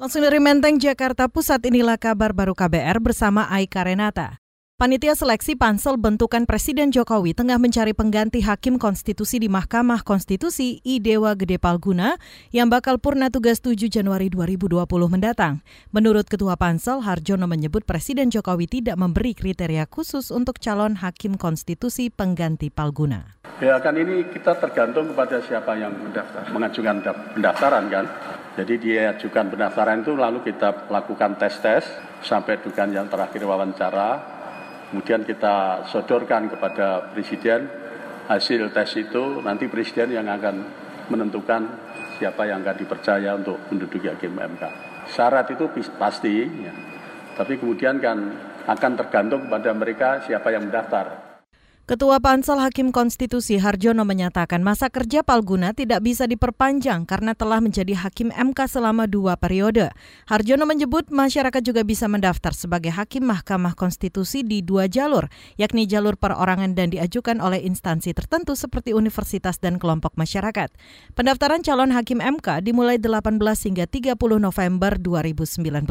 Langsung dari Menteng, Jakarta Pusat, inilah kabar baru KBR bersama Aika Renata. Panitia seleksi pansel bentukan Presiden Jokowi tengah mencari pengganti Hakim Konstitusi di Mahkamah Konstitusi I Dewa Gede Palguna yang bakal purna tugas 7 Januari 2020 mendatang. Menurut Ketua Pansel, Harjono menyebut Presiden Jokowi tidak memberi kriteria khusus untuk calon Hakim Konstitusi pengganti Palguna. Ya kan ini kita tergantung kepada siapa yang mengajukan pendaftaran kan. Jadi dia ajukan pendaftaran itu lalu kita lakukan tes sampai dengan yang terakhir wawancara. Kemudian kita sodorkan kepada Presiden hasil tes itu, nanti Presiden yang akan menentukan siapa yang akan dipercaya untuk menduduki Hakim MK. Syarat itu pasti, ya. Tapi kemudian kan akan tergantung kepada mereka siapa yang mendaftar. Ketua Pansel Hakim Konstitusi Harjono menyatakan masa kerja Palguna tidak bisa diperpanjang karena telah menjadi Hakim MK selama 2 periode. Harjono menyebut masyarakat juga bisa mendaftar sebagai Hakim Mahkamah Konstitusi di 2 jalur, yakni jalur perorangan dan diajukan oleh instansi tertentu seperti universitas dan kelompok masyarakat. Pendaftaran calon Hakim MK dimulai 18 hingga 30 November 2019.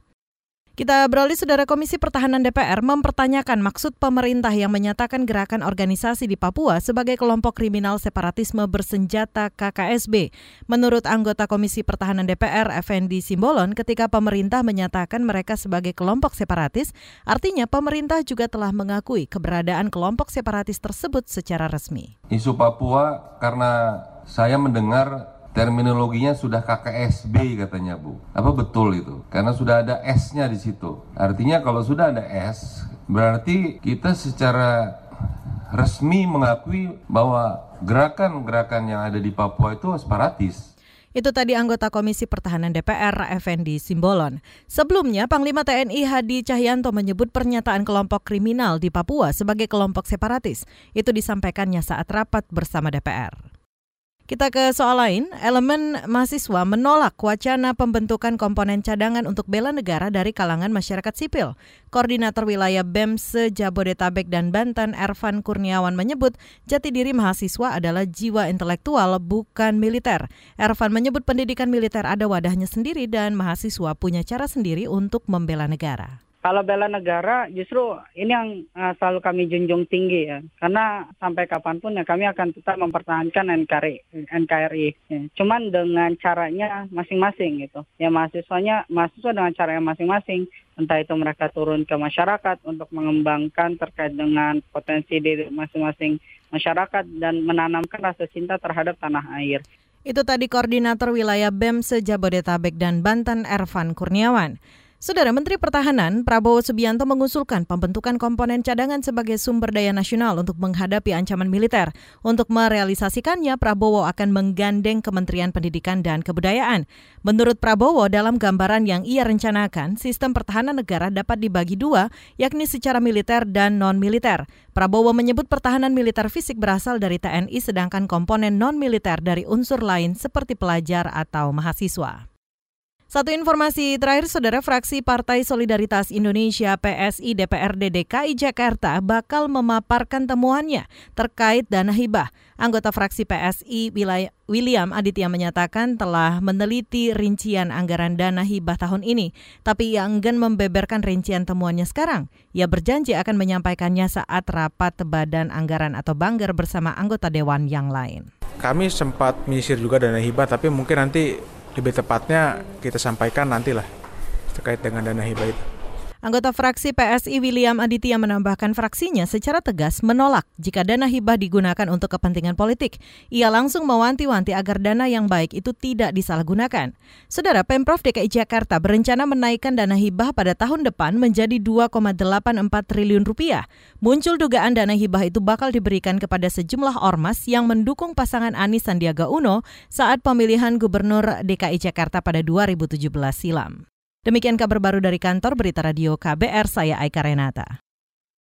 Kita beralih, Saudara. Komisi Pertahanan DPR mempertanyakan maksud pemerintah yang menyatakan gerakan organisasi di Papua sebagai kelompok kriminal separatisme bersenjata KKSB. Menurut anggota Komisi Pertahanan DPR, Effendi Simbolon, ketika pemerintah menyatakan mereka sebagai kelompok separatis, artinya pemerintah juga telah mengakui keberadaan kelompok separatis tersebut secara resmi. Isu Papua karena saya mendengar terminologinya sudah KKSB katanya, Bu. Apa betul itu? Karena sudah ada S-nya di situ. Artinya kalau sudah ada S, berarti kita secara resmi mengakui bahwa gerakan-gerakan yang ada di Papua itu separatis. Itu tadi anggota Komisi Pertahanan DPR, Effendi Simbolon. Sebelumnya, Panglima TNI Hadi Cahyanto menyebut pernyataan kelompok kriminal di Papua sebagai kelompok separatis. Itu disampaikannya saat rapat bersama DPR. Kita ke soal lain, elemen mahasiswa menolak wacana pembentukan komponen cadangan untuk bela negara dari kalangan masyarakat sipil. Koordinator Wilayah BEM se-Jabodetabek dan Banten, Ervan Kurniawan, menyebut jati diri mahasiswa adalah jiwa intelektual, bukan militer. Ervan menyebut pendidikan militer ada wadahnya sendiri dan mahasiswa punya cara sendiri untuk membela negara. Kalau bela negara justru ini yang selalu kami junjung tinggi ya. Karena sampai kapanpun ya kami akan tetap mempertahankan NKRI. Ya. Cuman dengan caranya masing-masing gitu. Ya mahasiswa dengan cara yang masing-masing. Entah itu mereka turun ke masyarakat untuk mengembangkan terkait dengan potensi diri masing-masing masyarakat dan menanamkan rasa cinta terhadap tanah air. Itu tadi Koordinator Wilayah BEM se-Jabodetabek dan Banten, Ervan Kurniawan. Saudara, Menteri Pertahanan Prabowo Subianto mengusulkan pembentukan komponen cadangan sebagai sumber daya nasional untuk menghadapi ancaman militer. Untuk merealisasikannya, Prabowo akan menggandeng Kementerian Pendidikan dan Kebudayaan. Menurut Prabowo, dalam gambaran yang ia rencanakan, sistem pertahanan negara dapat dibagi 2, yakni secara militer dan non-militer. Prabowo menyebut pertahanan militer fisik berasal dari TNI, sedangkan komponen non-militer dari unsur lain seperti pelajar atau mahasiswa. Satu informasi terakhir, Saudara, fraksi Partai Solidaritas Indonesia PSI DPRD DKI Jakarta bakal memaparkan temuannya terkait dana hibah. Anggota fraksi PSI William Aditya menyatakan telah meneliti rincian anggaran dana hibah tahun ini, tapi ia enggan membeberkan rincian temuannya sekarang. Ia berjanji akan menyampaikannya saat rapat Badan Anggaran atau Banggar bersama anggota Dewan yang lain. Kami sempat menyisir juga dana hibah, tapi mungkin nanti lebih tepatnya kita sampaikan nantilah terkait dengan dana hibah itu. Anggota fraksi PSI William Aditya menambahkan fraksinya secara tegas menolak jika dana hibah digunakan untuk kepentingan politik. Ia langsung mewanti-wanti agar dana yang baik itu tidak disalahgunakan. Saudara, Pemprov DKI Jakarta berencana menaikkan dana hibah pada tahun depan menjadi 2,84 triliun rupiah. Muncul dugaan dana hibah itu bakal diberikan kepada sejumlah ormas yang mendukung pasangan Anies Sandiaga Uno saat pemilihan Gubernur DKI Jakarta pada 2017 silam. Demikian kabar baru dari kantor Berita Radio KBR, saya Aika Renata.